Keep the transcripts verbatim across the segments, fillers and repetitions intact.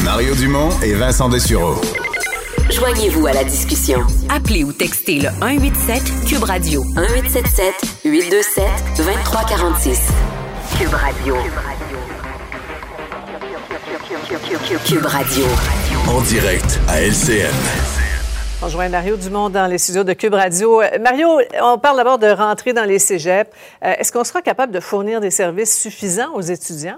Mario Dumont et Vincent Dessureau. Joignez-vous à la discussion. Appelez ou textez le un huit sept Cube Radio un huit sept sept huit deux sept deux trois quatre six. Cube Radio. Cube Radio. En direct à L C N. On rejoint Mario Dumont dans les studios de Cube Radio. Mario, on parle d'abord de rentrer dans les cégeps. Euh, est-ce qu'on sera capable de fournir des services suffisants aux étudiants?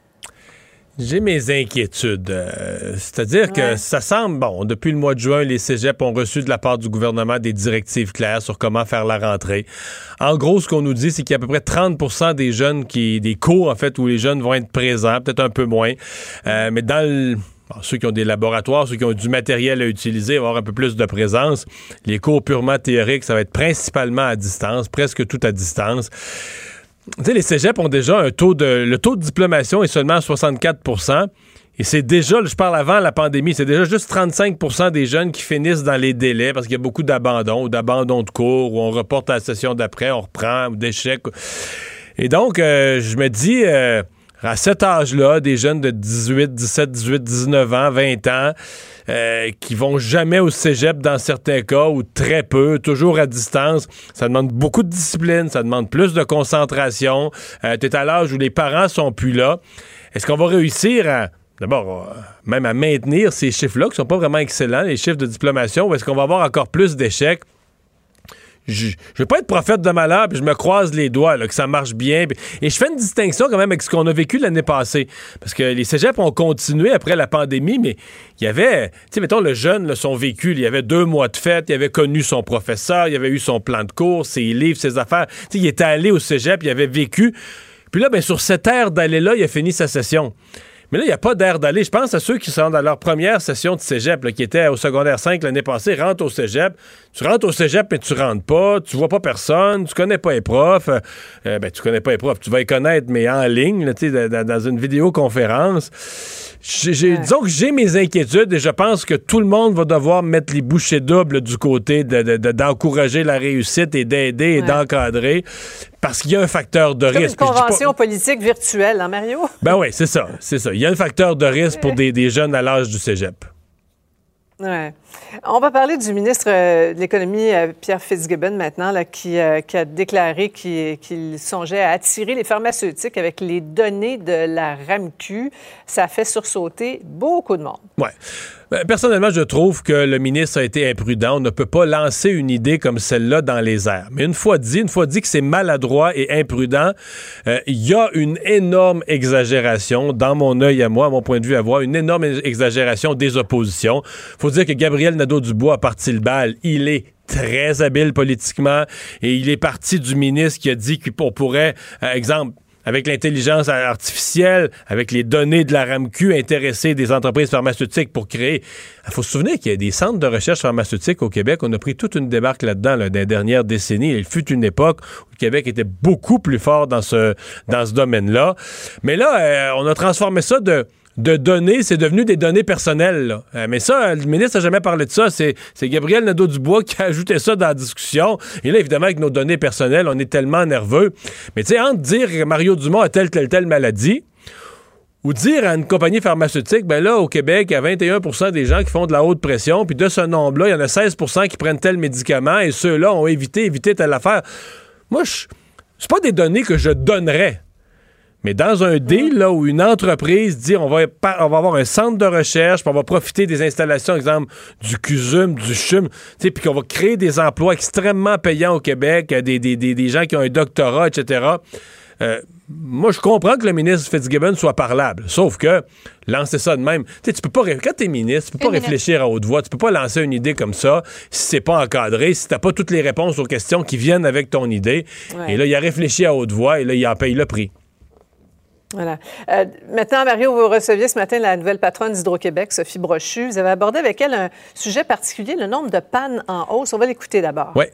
J'ai mes inquiétudes. Euh, c'est-à-dire ouais. que ça semble, bon, depuis le mois de juin, les cégeps ont reçu de la part du gouvernement des directives claires sur comment faire la rentrée. En gros, ce qu'on nous dit, c'est qu'il y a à peu près trente pour cent des jeunes, qui, des cours, en fait, où les jeunes vont être présents, peut-être un peu moins. Euh, mais dans le... Bon, ceux qui ont des laboratoires, ceux qui ont du matériel à utiliser, avoir un peu plus de présence. Les cours purement théoriques, ça va être principalement à distance, presque tout à distance. Tu sais, les cégeps ont déjà un taux de... Le taux de diplomation est seulement à soixante-quatre pour cent. Et c'est déjà, je parle avant la pandémie, c'est déjà juste trente-cinq pour cent des jeunes qui finissent dans les délais parce qu'il y a beaucoup d'abandon ou d'abandon de cours, ou on reporte à la session d'après, on reprend, ou d'échecs. Et donc, euh, je me dis... Euh, à cet âge-là, des jeunes de dix-huit, dix-sept, dix-huit, dix-neuf ans, vingt ans, euh, qui vont jamais au cégep dans certains cas, ou très peu, toujours à distance, ça demande beaucoup de discipline, ça demande plus de concentration. Euh, t'es à l'âge où les parents sont plus là. Est-ce qu'on va réussir à... D'abord, euh, même à maintenir ces chiffres-là, qui sont pas vraiment excellents, les chiffres de diplomation, ou est-ce qu'on va avoir encore plus d'échecs? Je ne veux pas être prophète de malheur, puis je me croise les doigts, là, que ça marche bien. Puis, et je fais une distinction quand même avec ce qu'on a vécu l'année passée. Parce que les cégeps ont continué après la pandémie, mais il y avait, tu sais, mettons, le jeune, là, son vécu, il y avait deux mois de fête, il avait connu son professeur, il avait eu son plan de cours, ses livres, ses affaires. Tu sais, il était allé au cégep, il avait vécu. Puis là, ben, sur cette aire d'aller-là, il a fini sa session. Mais là, il n'y a pas d'air d'aller. Je pense à ceux qui sont dans leur première session de cégep, là, qui étaient au secondaire cinq l'année passée, rentrent au cégep. Tu rentres au cégep, mais tu rentres pas, tu vois pas personne, tu connais pas les profs. Euh, ben, tu connais pas les profs, tu vas les connaître, mais en ligne, là, dans, dans une vidéoconférence. J'ai, j'ai, ouais. Disons que j'ai mes inquiétudes et je pense que tout le monde va devoir mettre les bouchées doubles du côté de, de, de, d'encourager la réussite et d'aider et ouais. d'encadrer. Parce qu'il y a un facteur de c'est risque. Comme une convention pas... politique virtuelle, hein, Mario? Ben oui, c'est ça, c'est ça. Il y a un facteur de risque pour des, des jeunes à l'âge du cégep. Ouais. On va parler du ministre euh, de l'Économie, euh, Pierre Fitzgibbon, maintenant, là, qui, euh, qui a déclaré qu'il, qu'il songeait à attirer les pharmaceutiques avec les données de la RAMQ. Ça a fait sursauter beaucoup de monde. Oui. Personnellement, je trouve que le ministre a été imprudent. On ne peut pas lancer une idée comme celle-là dans les airs. Mais une fois dit, une fois dit que c'est maladroit et imprudent, il euh, y a une énorme exagération, dans mon œil à moi, à mon point de vue à voir, une énorme exagération des oppositions. Faut dire que Gabriel Nadeau-Dubois a parti le bal. Il est très habile politiquement et il est parti du ministre qui a dit qu'on pourrait, euh, exemple, avec l'intelligence artificielle, avec les données de la RAMQ, intéresser des entreprises pharmaceutiques pour créer... Il faut se souvenir qu'il y a des centres de recherche pharmaceutique au Québec. On a pris toute une débarque là-dedans là, dans les dernières décennies. Il fut une époque où le Québec était beaucoup plus fort dans ce, dans ce domaine-là. Mais là, euh, on a transformé ça de... de données, c'est devenu des données personnelles. Là. Euh, mais ça, le ministre n'a jamais parlé de ça. C'est, c'est Gabriel Nadeau-Dubois qui a ajouté ça dans la discussion. Et là, évidemment, avec nos données personnelles, on est tellement nerveux. Mais tu sais, entre dire que Mario Dumont a telle, telle, telle maladie, ou dire à une compagnie pharmaceutique, ben là, au Québec, il y a vingt et un pour cent des gens qui font de la haute pression, puis de ce nombre-là, il y en a seize pour cent qui prennent tel médicament, et ceux-là ont évité, évité telle affaire. Moi, je, c'est pas des données que je donnerais. Mais dans un deal là, où une entreprise dit on va, on va avoir un centre de recherche, puis on va profiter des installations, exemple du CUSUM, du CHUM, puis qu'on va créer des emplois extrêmement payants au Québec, des, des, des, des gens qui ont un doctorat, et cetera. Euh, moi, je comprends que le ministre Fitzgibbon soit parlable, sauf que lancer ça de même, tu sais, tu peux pas, quand t'es ministre, tu peux pas réfléchir à haute voix, tu peux pas lancer une idée comme ça si c'est pas encadré, si t'as pas toutes les réponses aux questions qui viennent avec ton idée. Ouais. Et là, il a réfléchi à haute voix et là, il en paye le prix. Voilà. Euh, maintenant, Mario, vous receviez ce matin la nouvelle patronne d'Hydro-Québec, Sophie Brochu. Vous avez abordé avec elle un sujet particulier, le nombre de pannes en hausse. On va l'écouter d'abord. Oui.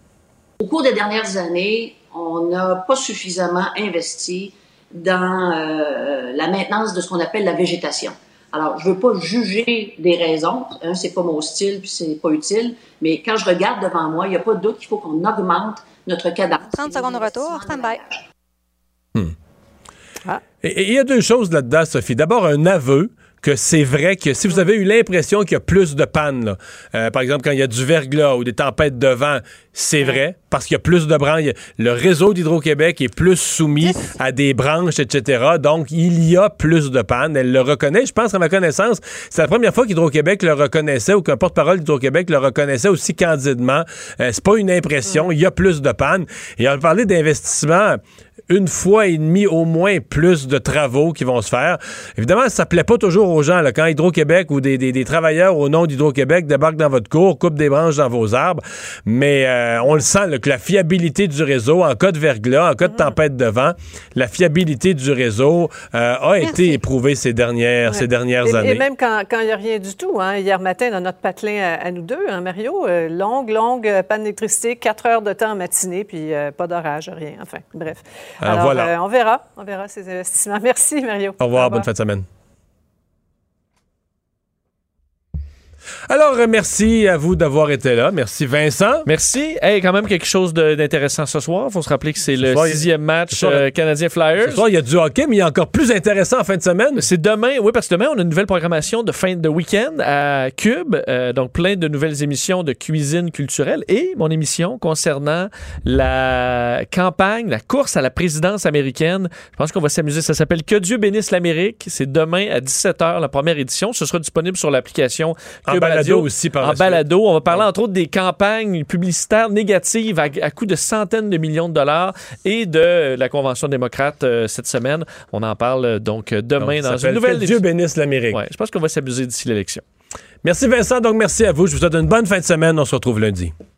Au cours des dernières années, on n'a pas suffisamment investi dans euh, la maintenance de ce qu'on appelle la végétation. Alors, je veux pas juger des raisons. Hein, c'est pas mon style, puis c'est pas utile. Mais quand je regarde devant moi, il n'y a pas de doute qu'il faut qu'on augmente notre cadence. trente secondes de retour, stand-by. Hmm. Ah. Et il y a deux choses là-dedans, Sophie. D'abord, un aveu que c'est vrai que si vous avez eu l'impression qu'il y a plus de pannes, là, euh, par exemple quand il y a du verglas ou des tempêtes de vent, c'est vrai, parce qu'il y a plus de branches. Le réseau d'Hydro-Québec est plus soumis à des branches, et cetera. Donc, il y a plus de pannes. Elle le reconnaît. Je pense qu'à ma connaissance, c'est la première fois qu'Hydro-Québec le reconnaissait ou qu'un porte-parole d'Hydro-Québec le reconnaissait aussi candidement. Euh, c'est pas une impression. Il y a plus de pannes. Et on a parlé d'investissement une fois et demie au moins plus de travaux qui vont se faire. Évidemment, ça plaît pas toujours aux gens. Là, quand Hydro-Québec ou des, des, des travailleurs au nom d'Hydro-Québec débarquent dans votre cour, coupent des branches dans vos arbres, mais euh, on le sent là, que la fiabilité du réseau, en cas de verglas, en cas de tempête de vent, la fiabilité du réseau euh, a Merci. été éprouvée ces dernières, ouais. ces dernières et, années. Et même quand il n'y a rien du tout. Hein, hier matin, dans notre patelin à, à nous deux, hein, Mario, euh, longue, longue panne d'électricité, quatre heures de temps en matinée, puis euh, pas d'orage, rien. Enfin, bref. Alors, Alors voilà. euh, on verra. On verra ces investissements. Merci, Mario. Au revoir, Au revoir. Bonne fin de semaine. Alors, merci à vous d'avoir été là. Merci, Vincent. Merci. Hey, quand même quelque chose de, d'intéressant ce soir. Il faut se rappeler que c'est ce le soir, sixième match soir, euh, Canadien-Flyers. Ce soir, il y a du hockey, mais il y a encore plus intéressant en fin de semaine. C'est demain. Oui, parce que demain, on a une nouvelle programmation de fin de week-end à Cube. Euh, donc, plein de nouvelles émissions de cuisine culturelle et mon émission concernant la campagne, la course à la présidence américaine. Je pense qu'on va s'amuser. Ça s'appelle Que Dieu bénisse l'Amérique. C'est demain à dix-sept heures, la première édition. Ce sera disponible sur l'application Cube en balado aussi par en la balado. suite. On va parler entre autres des campagnes publicitaires négatives à, à coût de centaines de millions de dollars et de la Convention démocrate euh, cette semaine. On en parle donc demain donc, dans une nouvelle... Que Dieu bénisse l'Amérique. Ouais, je pense qu'on va s'amuser d'ici l'élection. Merci Vincent, donc merci à vous. Je vous souhaite une bonne fin de semaine. On se retrouve lundi.